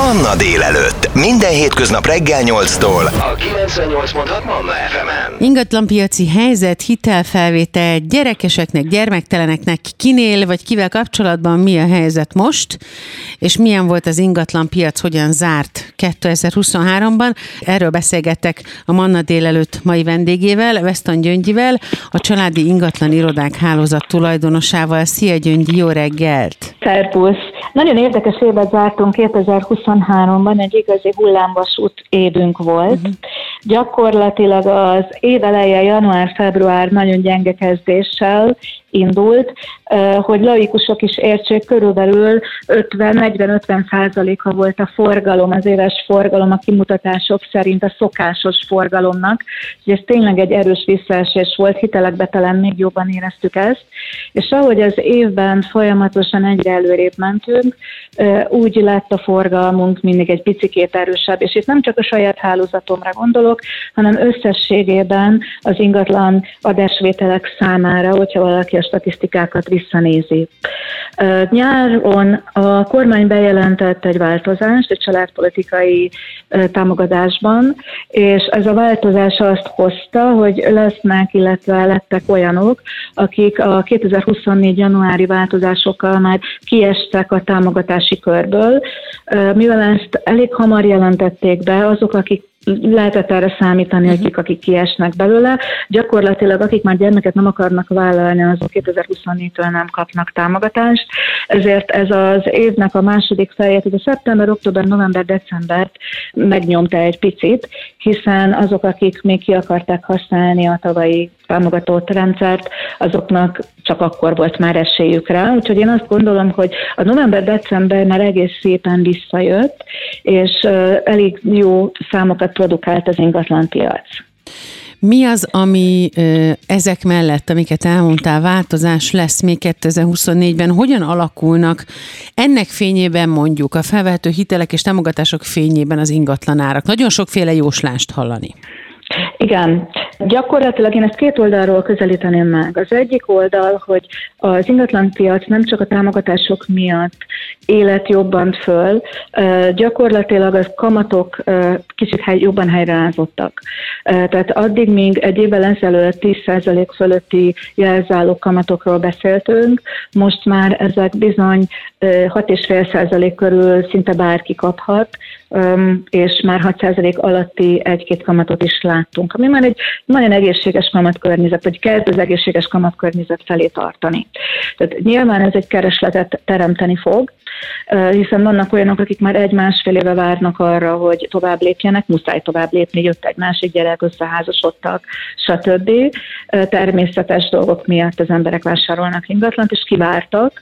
Manna délelőtt. Minden hétköznap reggel 8-tól a 98.6 Manna FM-en. Ingatlanpiaci helyzet, hitelfelvétel, gyerekeseknek, gyermekteleneknek kinél vagy kivel kapcsolatban mi a helyzet most, és milyen volt az ingatlanpiac, hogyan zárt 2023-ban. Erről beszélgettek a Manna délelőtt mai vendégével, Weston Gyöngyivel, a Családi Ingatlan Irodák Hálózat tulajdonosával. Szia Gyöngyi, jó reggelt! Szervusz! Nagyon érdekes évet zártunk 2023-ban, egy igazi hullámvasút évünk volt. Gyakorlatilag az év eleje, január-február nagyon gyenge kezdéssel indult, hogy laikusok is értsék, körülbelül 40-50%-a volt a forgalom, az éves forgalom a kimutatások szerint a szokásos forgalomnak. Ez tényleg egy erős visszaesés volt, hitelekbe talán még jobban éreztük ezt, és ahogy az évben folyamatosan egyre előrébb mentünk, úgy lett a forgalmunk mindig egy picikét erősebb, és itt nem csak a saját hálózatomra gondolok, hanem összességében az ingatlan adásvételek számára, hogyha valaki a statisztikákat visszanézi. Nyáron a kormány bejelentett egy változást egy családpolitikai támogatásban, és ez a változás azt hozta, hogy lesznek, illetve lettek olyanok, akik a 2024. januári változásokkal már kiestek a támogatási körből, mivel ezt elég hamar jelentették be, azok, akik lehetett erre számítani, akik kiesnek belőle. Gyakorlatilag, akik már gyermeket nem akarnak vállalni, azok 2024-től nem kapnak támogatást. Ezért ez az évnek a második felét, ugye szeptember, október, november, december megnyomta egy picit, hiszen azok, akik még ki akarták használni a tavalyi támogatott rendszert, azoknak csak akkor volt már esélyük rá. Úgyhogy én azt gondolom, hogy a november-december már egész szépen visszajött, és elég jó számokat produkált az ingatlanpiac. Mi az, ami ezek mellett, amiket elmondtál, változás lesz még 2024-ben? Hogyan alakulnak ennek fényében mondjuk a felvehető hitelek és támogatások fényében az ingatlanárak? Nagyon sokféle jóslást hallani. Igen, gyakorlatilag én ezt két oldalról közelíteném meg. Az egyik oldal, hogy az ingatlanpiac nem csak a támogatások miatt élet jobban föl, gyakorlatilag a kamatok kicsit jobban helyreállottak. Tehát addig még egy évvel ezelőtt 10% fölötti jelzálók kamatokról beszéltünk, most már ezek bizony 6,5% körül szinte bárki kaphat, és már 6% alatti egy-két kamatot is láttunk, ami már egy nagyon egészséges kamatkörnyezet, vagy kezd az egészséges kamatkörnyezet felé tartani. Tehát nyilván ez egy keresletet teremteni fog, hiszen vannak olyanok, akik már egy-másfél éve várnak arra, hogy tovább lépjenek, muszáj tovább lépni, jött egy másik gyerek, összeházasodtak, stb. Természetes dolgok miatt az emberek vásárolnak ingatlant, és kivártak.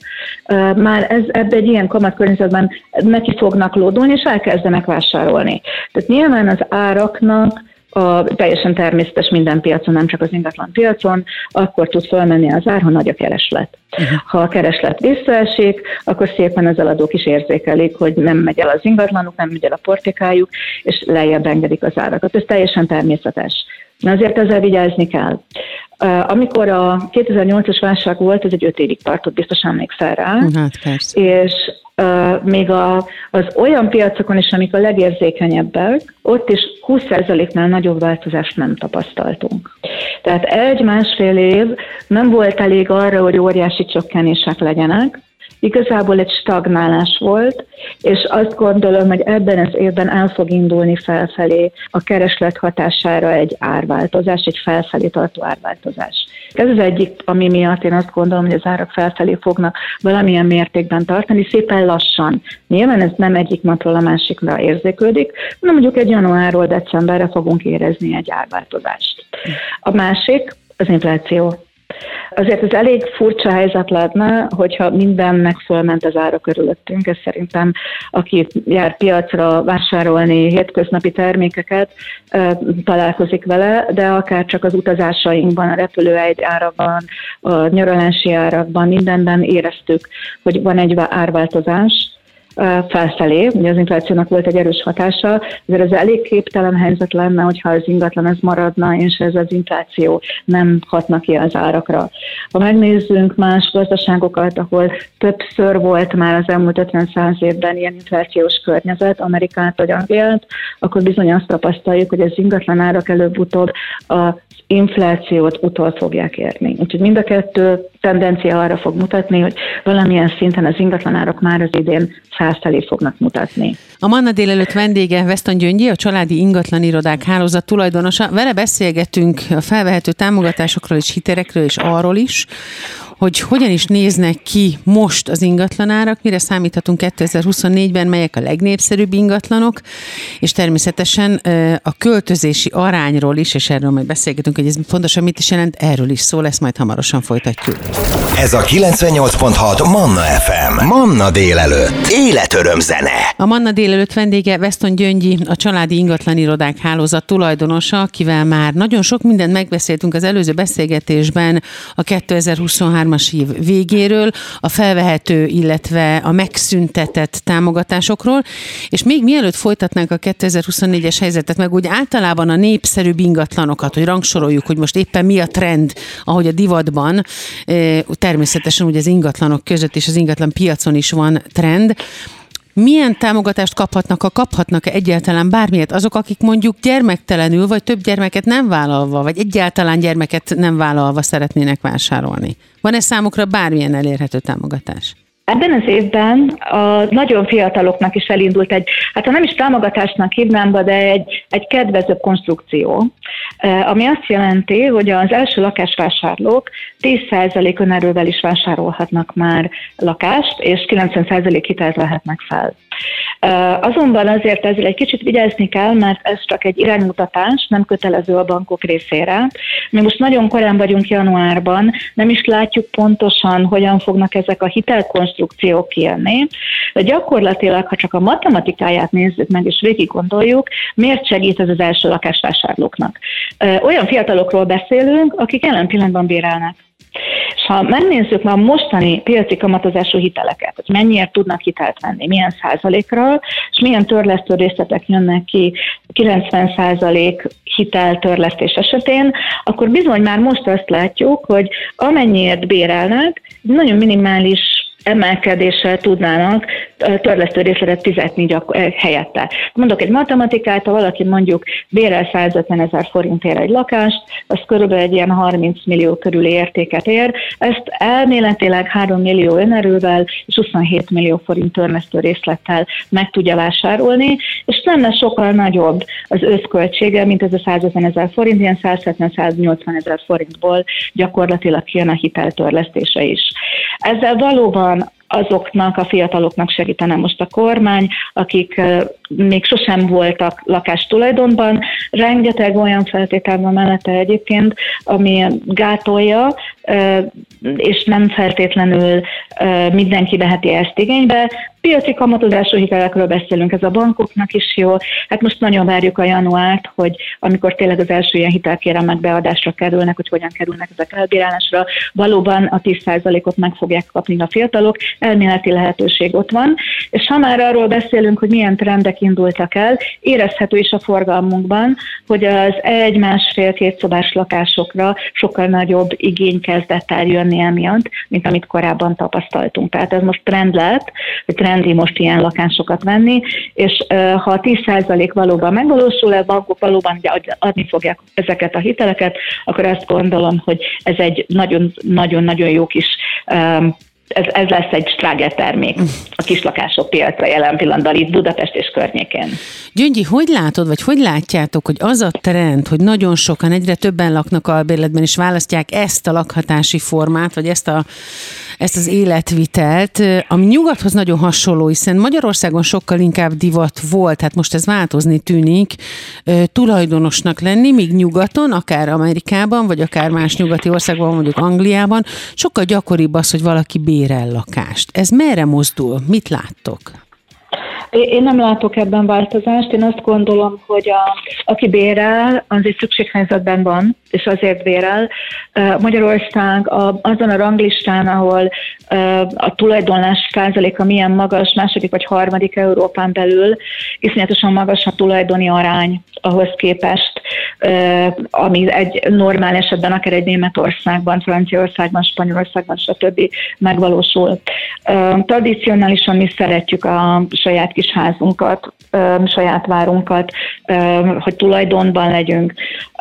Már ebbe egy ilyen kamatkörnyezetben neki fognak lódulni, és elkezdenek vásárolni. Tehát nyilván az áraknak teljesen természetes minden piacon, nem csak az ingatlan piacon, akkor tud fölmenni az ár, ha nagy a kereslet. Ha a kereslet visszaesik, akkor szépen az eladók is érzékelik, hogy nem megy el az ingatlanuk, nem megy el a portékájuk, és lejjebb engedik az árakat. Ez teljesen természetes. De azért ezzel vigyázni kell. Amikor a 2008-as válság volt, ez egy 5 évig tartott, biztosan emlékszel rá. Hát persze. És még az olyan piacokon is, amik a legérzékenyebbek, ott is 20%-nál nagyobb változást nem tapasztaltunk. Tehát 1-1,5 év nem volt elég arra, hogy óriási csökkenések legyenek, igazából egy stagnálás volt, és azt gondolom, hogy ebben az évben el fog indulni felfelé a kereslet hatására egy árváltozás, egy felfelé tartó árváltozás. Ez az egyik, ami miatt én azt gondolom, hogy az árak felfelé fognak valamilyen mértékben tartani, szépen lassan. Nyilván ez nem egyik napról a másikra érzéklődik, hanem mondjuk egy januárról decemberre fogunk érezni egy árváltozást. A másik az infláció. Azért ez elég furcsa helyzet lenne, hogyha mindennek fölment az ára körülöttünk. Ez szerintem, aki jár piacra vásárolni hétköznapi termékeket, találkozik vele, de akár csak az utazásainkban, a repülőjegy árakban, a nyaralási árakban, mindenben éreztük, hogy van egy árváltozás. felfelé, ugye az inflációnak volt egy erős hatása, ezért ez elég képtelen helyzet lenne, hogyha az ingatlan ez maradna, és ez az infláció nem hatna ki az árakra. Ha megnézzünk más gazdaságokat, ahol többször volt már az elmúlt 50-100 évben ilyen inflációs környezet, Amerikát vagy Angliát, akkor bizony azt tapasztaljuk, hogy az ingatlan árak előbb-utóbb az inflációt utol fogják érni. Úgyhogy mind a kettő tendencia arra fog mutatni, hogy valamilyen szinten az ingatlanárak már az idén 100 felé fognak mutatni. A Manna délelőtt vendége Weston Gyöngyi, a Családi Ingatlan Irodák Hálózat tulajdonosa. Vele beszélgetünk a felvehető támogatásokról és hitelekről és arról is, hogy hogyan is néznek ki most az ingatlanárak, mire számíthatunk 2024-ben, melyek a legnépszerűbb ingatlanok, és természetesen a költözési arányról is, és erről majd beszélgetünk, hogy ez pontosan mit is jelent, erről is szó lesz, majd hamarosan folytatjuk. Ez a 98.6 Manna FM. Manna délelőtt. Életöröm zene. A Manna délelőtt vendége Weston Gyöngyi, a Családi Ingatlan Irodák Hálózat tulajdonosa, akivel már nagyon sok mindent megbeszéltünk az előző beszélgetésben a 2023-as év végéről, a felvehető, illetve a megszüntetett támogatásokról, és még mielőtt folytatnánk a 2024-es helyzetet, meg úgy általában a népszerűbb ingatlanokat, hogy rangsoroljuk, hogy most éppen mi a trend, ahogy a divatban, természetesen ugye az ingatlanok között és az ingatlan piacon is van trend. Milyen támogatást kaphatnak egyáltalán bármilyet azok, akik mondjuk gyermektelenül, vagy több gyermeket nem vállalva, vagy egyáltalán gyermeket nem vállalva szeretnének vásárolni? Van-e számukra bármilyen elérhető támogatás? Ebben az évben a nagyon fiataloknak is elindult egy, hát ha nem is támogatásnak hívnám, de egy kedvezőbb konstrukció, ami azt jelenti, hogy az első lakásvásárlók 10% önerővel is vásárolhatnak már lakást, és 90% hitelt vehetnek fel. Azonban azért ezzel egy kicsit vigyázni kell, mert ez csak egy iránymutatás, nem kötelező a bankok részére. Mi most nagyon korán vagyunk januárban, nem is látjuk pontosan, hogyan fognak ezek a hitelkonstrukciók kijönni, de gyakorlatilag, ha csak a matematikáját nézzük meg és végig gondoljuk, miért segít ez az első lakásvásárlóknak. Olyan fiatalokról beszélünk, akik jelen pillanatban bérelnek. És ha megnézzük már mostani piaci kamatozású hiteleket, hogy mennyiért tudnak hitelt venni, milyen százalékról, és milyen törlesztő részletek jönnek ki 90% hiteltörlesztés esetén, akkor bizony már most azt látjuk, hogy amennyiért bérelnek, nagyon minimális emelkedéssel tudnának törlesztő részletet fizetni helyette. Mondok egy matematikát, ha valaki mondjuk bérel 150 000 forintért egy lakást, az körülbelül egy ilyen 30 millió körüli értéket ér, ezt elméletileg 3 millió önerővel és 27 millió forint törlesztő részlettel meg tudja vásárolni, és lenne sokkal nagyobb az összköltsége, mint ez a 150 000 forint, ilyen 170-180 000 forintból gyakorlatilag jön a hiteltörlesztése is. Ezzel valóban azoknak a fiataloknak segítene most a kormány, akik még sosem voltak lakástulajdonban. Rengeteg olyan feltétel van mellette egyébként, ami gátolja, és nem feltétlenül mindenki veheti ezt igénybe. Piaci kamatozású hitelekről beszélünk, ez a bankoknak is jó. Hát most nagyon várjuk a januárt, hogy amikor tényleg az első ilyen hitelkéremek beadásra kerülnek, hogy hogyan kerülnek ezek elbírálásra, valóban a 10%-ot meg fogják kapni a fiatalok, elméleti lehetőség ott van. És ha már arról beszélünk, hogy milyen trendek indultak el, érezhető is a forgalmunkban, hogy az 1-1,5-2 szobás lakásokra sokkal nagyobb igény kezdett el jönni emiatt, mint amit korábban tapasztaltunk. Tehát ez most trend lett, hogy trendi most ilyen lakásokat venni, és ha a 10% valóban megvalósul, a bankok valóban adni fogják ezeket a hiteleket, akkor azt gondolom, hogy ez egy nagyon-nagyon jó kis ez lesz egy stráger termék a kislakások piacra jelen pillanatban itt Budapest és környékén. Gyöngyi, hogy látod, vagy hogy látjátok, hogy az a trend, hogy nagyon sokan, egyre többen laknak albérletben, és választják ezt a lakhatási formát, vagy ezt az életvitelt, ami nyugathoz nagyon hasonló, hiszen Magyarországon sokkal inkább divat volt, hát most ez változni tűnik, tulajdonosnak lenni, míg nyugaton, akár Amerikában, vagy akár más nyugati országban, mondjuk Angliában, sokkal gyakoribb az, hogy valaki bérel lakást. Ez merre mozdul? Mit láttok? Én nem látok ebben változást. Én azt gondolom, hogy aki bérel, az egy szükséghelyzetben van, és azért bérel. Magyarország azon a ranglistán, ahol a tulajdonlás százaléka milyen magas, második vagy harmadik Európán belül, iszonyatosan magas a tulajdoni arány ahhoz képest, ami egy normál esetben, akár egy Németországban, Franciaországban, Spanyolországban, stb. Megvalósul. Tradicionálisan mi szeretjük a saját kis házunkat, saját várunkat, hogy tulajdonban legyünk.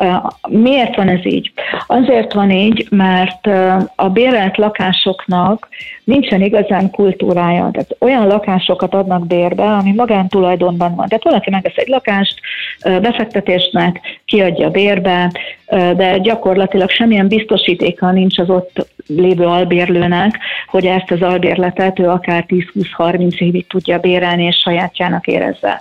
Miért van ez így? Azért van így, mert a bérelt lakásoknak nincsen igazán kultúrája. Tehát olyan lakásokat adnak bérbe, ami magántulajdonban van. Tehát valaki megvesz egy lakást befektetésnek, kiadja bérbe, de gyakorlatilag semmilyen biztosítéka nincs az ott lévő albérlőnek, hogy ezt az albérletet ő akár 10-20-30 évig tudja bérelni és sajátjának érezze.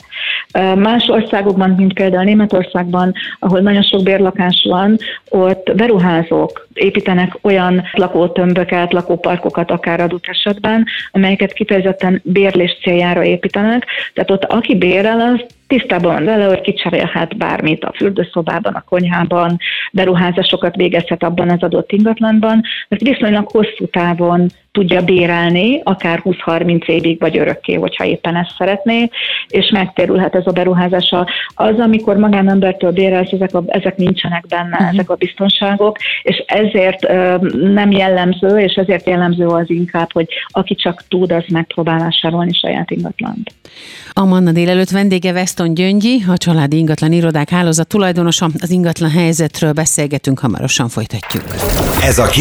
Más országokban, mint például Németországban, ahol nagyon sok bérlakás van, ott beruházók építenek olyan lakótömböket, lakóparkokat akár adott esetben, amelyeket kifejezetten bérlés céljára építenek. Tehát ott aki bérel, az tisztában van vele, hogy kicserélhet bármit a fürdőszobában, a konyhában, beruházásokat végezhet abban az adott ingatlanban, mert viszonylag hosszú távon tudja bérelni, akár 20-30 évig vagy örökké, hogyha éppen ezt szeretné, és megtérülhet ez a beruházása. Az, amikor magánembertől bérelsz, ezek nincsenek benne, ezek a biztonságok, és ezért nem jellemző, és ezért jellemző az inkább, hogy aki csak tud, az megpróbál vásárolni saját ingatlant. A Manna délelőtt vendége Weston Gyöngyi, a Családi Ingatlan Irodák Hálózat tulajdonosa. Az ingatlan helyzetről beszélgetünk, hamarosan folytatjuk. Ez a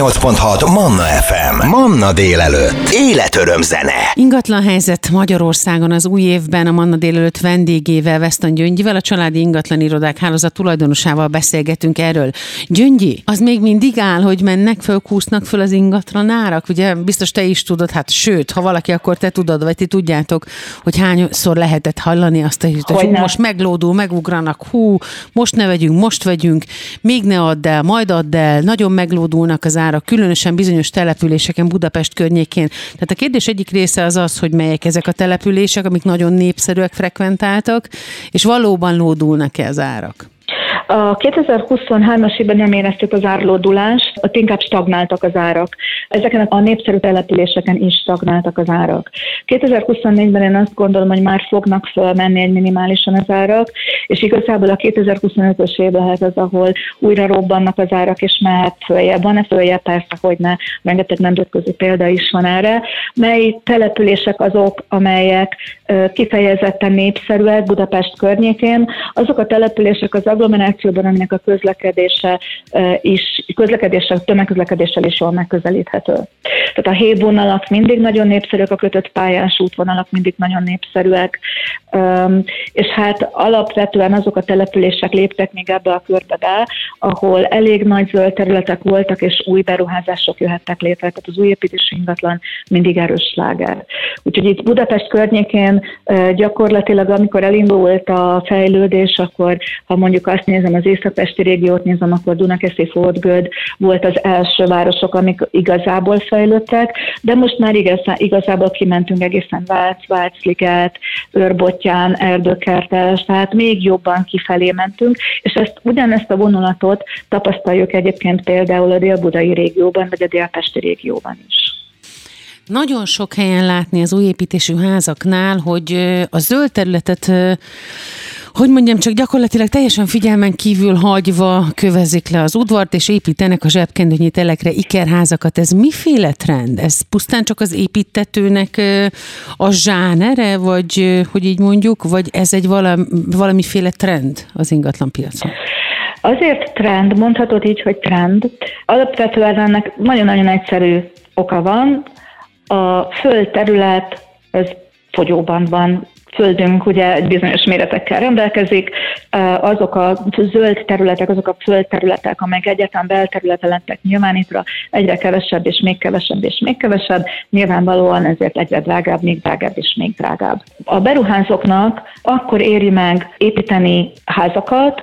98.6 Manna FM. Manna délelőtt. Életöröm zene. Ingatlan helyzet Magyarországon az új évben. A Manna délelőtt vendégével, Weston Gyöngyivel, a Családi Ingatlan Irodák Hálózat tulajdonosával beszélgetünk erről. Gyöngyi, az még mindig áll, hogy mennek föl, kúsznak föl az ingatlan árak? Ugye biztos te is tudod, hát sőt, ha valaki, akkor te tudod, vagy ti tudjátok, hogy hányszor lehetett hallani azt, hogy most meglódul, megugranak, most ne vegyünk, most vegyünk, még ne add el, majd add el, nagyon meglódulnak az árak, különösen bizonyos településeken, Budapest környékén. Tehát a kérdés egyik része az, hogy melyek ezek a települések, amik nagyon népszerűek, frekventáltak, és valóban lódulnak-e az árak? A 2023-as évben nem éreztük az árlódulást, ott inkább stagnáltak az árak. Ezeken a népszerű településeken is stagnáltak az árak. 2024-ben én azt gondolom, hogy már fognak fölmenni egy minimálisan az árak, és igazából a 2025-ös év lehet az, ahol újra robbannak az árak, és mehet följebb. Van-e följebb? Persze, hogy ne. Rengeteg nemzetközi példa is van erre. Mely települések azok, amelyek kifejezetten népszerűek Budapest környékén? Azok a települések az agglomerációban, aminek a tömegközlekedéssel is jól megközelíthető. Tehát a hévvonalak mindig nagyon népszerűek, a kötött pályás útvonalak mindig nagyon népszerűek, és hát alapvetően azok a települések léptek még ebbe a körbe be, ahol elég nagy zöld területek voltak, és új beruházások jöhettek létre, tehát az új építésű ingatlan mindig erős sláger. Úgyhogy itt Budapest környékén gyakorlatilag, amikor elindult a fejlődés, akkor ha mondjuk azt nézem, az észak-pesti régiót nézem, akkor Dunakeszi, Fort Good volt az első városok, amik igazából fejlődtek, de most már igazából kimentünk egészen Václiget, Őrbottyán, Erdőkertes, tehát még jobban kifelé mentünk, és ugyanezt a vonulatot tapasztaljuk egyébként például a dél-budai régióban, vagy a délpesti régióban is. Nagyon sok helyen látni az új építésű házaknál, hogy a zöld területet, hogy mondjam, csak gyakorlatilag teljesen figyelmen kívül hagyva kövezik le az udvart, és építenek a zsebkendőnyi telekre ikerházakat. Ez miféle trend? Ez pusztán csak az építtetőnek a zsánere, vagy hogy így mondjuk, vagy ez egy valamiféle trend az ingatlanpiacon? Azért trend, mondhatod így, hogy trend. Alapvetően ennek nagyon-nagyon egyszerű oka van. A földterület, ez fogyóban van. Földünk ugye egy bizonyos méretekkel rendelkezik, azok a zöld területek, azok a földterületek, amelyek egyáltalán belterületen lettek nyilvánítva, egyre kevesebb és még kevesebb és még kevesebb, nyilvánvalóan ezért egyre drágább, még drágább és még drágább. A beruházóknak akkor éri meg építeni házakat,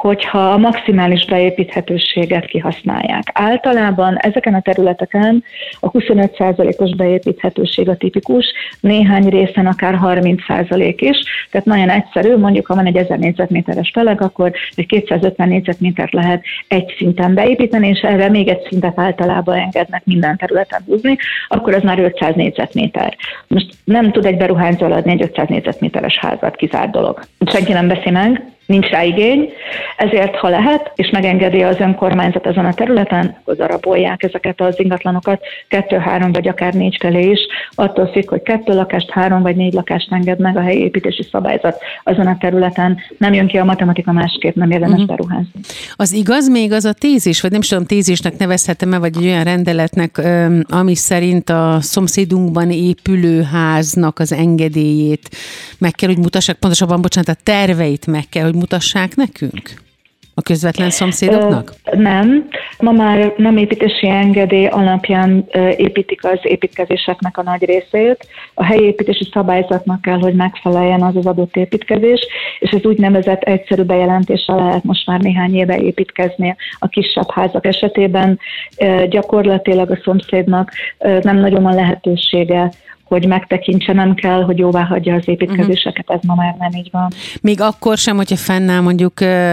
hogyha a maximális beépíthetőséget kihasználják. Általában ezeken a területeken a 25%-os beépíthetőség a tipikus, néhány részen akár 30% is, tehát nagyon egyszerű, mondjuk ha van egy 1000 négyzetméteres teleg, akkor egy 250 négyzetmétert lehet egy szinten beépíteni, és erre még egy szintet általában engednek minden területen húzni, akkor az már 500 négyzetméter. Most nem tud egy beruházó adni egy 500 négyzetméteres házat, kizárt dolog. Senki nem veszi meg, nincs rá igény, ezért ha lehet, és megengedi az önkormányzat ezen a területen, akkor darabolják ezeket az ingatlanokat 2, 3 vagy akár 4 felé is, attól függ, hogy 2 lakást, 3 vagy 4 lakást enged meg a helyi építési szabályzat azon a területen, nem jön ki a matematika másképp, nem érdemes beruházni. Az igaz még az a tézis, vagy nem is tudom, tézisnek nevezhetem-e, vagy egy olyan rendeletnek, ami szerint a szomszédunkban épülő háznak az engedélyét meg kell, hogy mutassák, pontosabban, bocsánat, a terveit meg kell, hogy mutassák nekünk? A közvetlen szomszédoknak? Nem. Ma már nem építési engedély alapján építik az építkezéseknek a nagy részét. A helyi építési szabályzatnak kell, hogy megfeleljen az adott építkezés, és ez úgynevezett egyszerű bejelentéssel lehet most már néhány éve építkezni a kisebb házak esetében. Gyakorlatilag a szomszédnak nem nagyon van lehetősége, hogy megtekintse, nem kell, hogy jóvá hagyja az építkezéseket, ez ma már nem így van. Még akkor sem, hogyha fennáll mondjuk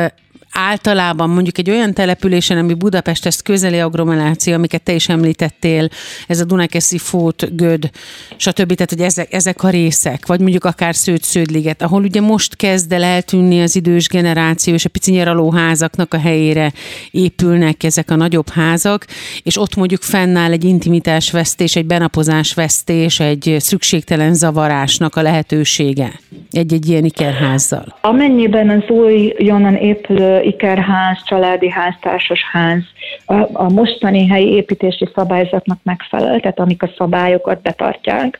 általában mondjuk egy olyan településen, ami Budapesthez közeli agglomeráció, amiket te is említettél, ez a Dunakeszi, Fót, Göd, stb. Tehát, hogy ezek a részek, vagy mondjuk akár Sződ-Sződliget, ahol ugye most kezd el eltűnni az idős generáció, és a pici nyaralóházaknak a helyére épülnek ezek a nagyobb házak, és ott mondjuk fennáll egy intimitásvesztés, egy benapozásvesztés, egy szükségtelen zavarásnak a lehetősége egy ilyen ikerházzal. Amennyiben az újonnan épülő ikerház, családi ház, társasház a mostani helyi építési szabályzatnak megfelel, tehát amik a szabályokat betartják,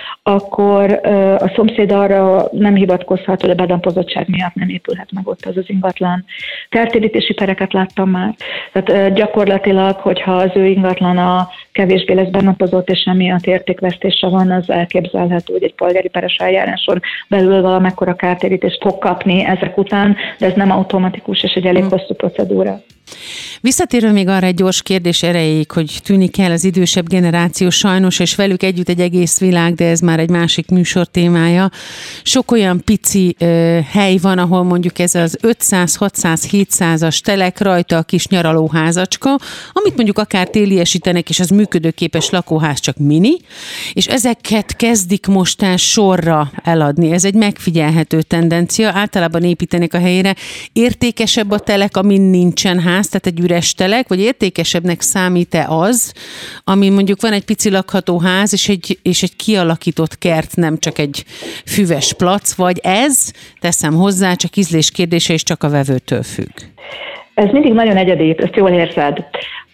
akkor a szomszéd arra nem hivatkozhat, hogy a benapozottság miatt nem épülhet meg ott az ingatlan. Kártérítési pereket láttam már. Tehát gyakorlatilag, hogyha az ő ingatlana kevésbé lesz benapozott, és emiatt értékvesztése van, az elképzelhető, hogy egy polgári peres eljáráson belül valamekkora kártérítést fog kapni ezek után, de ez nem automatikus, és egy elég hosszú procedúra. Visszatérve még arra egy gyors kérdés erejéig, hogy tűnik el az idősebb generáció sajnos, és velük együtt egy egész világ, de ez már egy másik műsor témája. Sok olyan pici hely van, ahol mondjuk ez az 500, 600, 700-as telek, rajta a kis nyaralóházacska, amit mondjuk akár téliesítenek, és az működőképes lakóház, csak mini, és ezeket kezdik most el sorra eladni. Ez egy megfigyelhető tendencia, általában építenek a helyére. Értékesebb a telek, amin nincsen ház, tehát egy üres telek, vagy értékesebbnek számít-e az, ami mondjuk van egy pici lakható ház, és egy kialakított kert, nem csak egy füves plac, vagy ez, teszem hozzá, csak ízlés kérdése, és csak a vevőtől függ? Ez mindig nagyon egyedi, ezt jól érzed.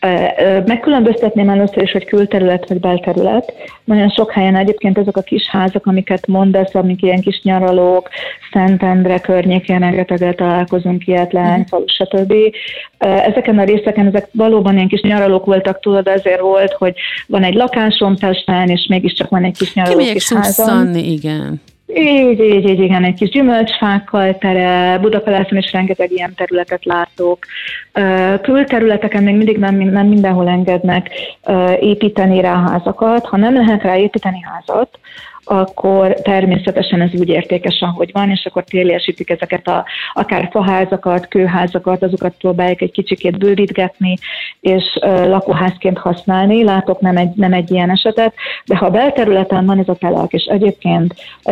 Megkülönböztetném először is, hogy külterület vagy belterület. Nagyon sok helyen egyébként ezek a kis házak, amiket mondasz, amik ilyen kis nyaralók, Szentendre környékén rengeteget találkozunk, ilyet, Leányfalu, stb. Ezeken a részeken ezek valóban ilyen kis nyaralók voltak, tudod, azért volt, hogy van egy lakásom Pesten, és mégiscsak van egy kis nyaraló kis házam. Igen. Így, igen, egy kis gyümölcsfákkal tere, Budapesten is rengeteg ilyen területet látok. Külterületeken még mindig nem mindenhol engednek építeni rá házakat. Ha nem lehet rá építeni házat, akkor természetesen ez úgy értékes, ahogy van, és akkor téliesítik ezeket akár faházakat, kőházakat, azokat próbálják egy kicsikét bővítgetni, és lakóházként használni. Látok nem egy ilyen esetet, de ha belterületen van ez a telek, és egyébként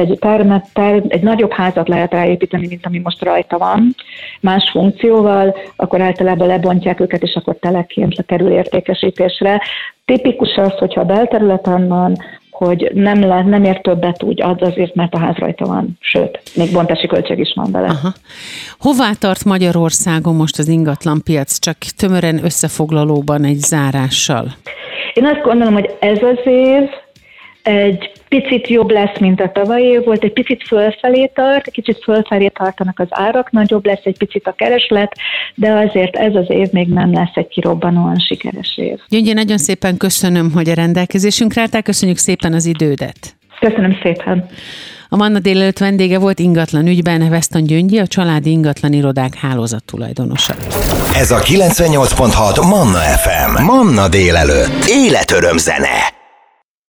egy nagyobb házat lehet ráépíteni, mint ami most rajta van, más funkcióval, akkor általában lebontják őket, és akkor telekként kerül értékesítésre. Tipikus az, hogyha belterületen van, hogy nem ér többet úgy azért, mert a ház rajta van, sőt, még bontási költség is van vele. Aha. Hová tart Magyarországon most az ingatlanpiac? Csak tömören összefoglalóban egy zárással. Én azt gondolom, hogy ez az év egy picit jobb lesz, mint a tavalyi év volt, egy picit fölfelé tart, egy kicsit fölfelé tartanak az árak, nagyobb lesz egy picit a kereslet, de azért ez az év még nem lesz egy kirobbanóan sikeres év. Gyöngyi, nagyon szépen köszönöm, hogy a rendelkezésünkre álltál, köszönjük szépen az idődet. Köszönöm szépen. A Manna délelőtt vendége volt ingatlan ügyben Weston Gyöngyi, a Családi Ingatlan Irodák hálózat tulajdonosa. Ez a 98.6 Manna FM. Manna délelőtt. Életöröm zene.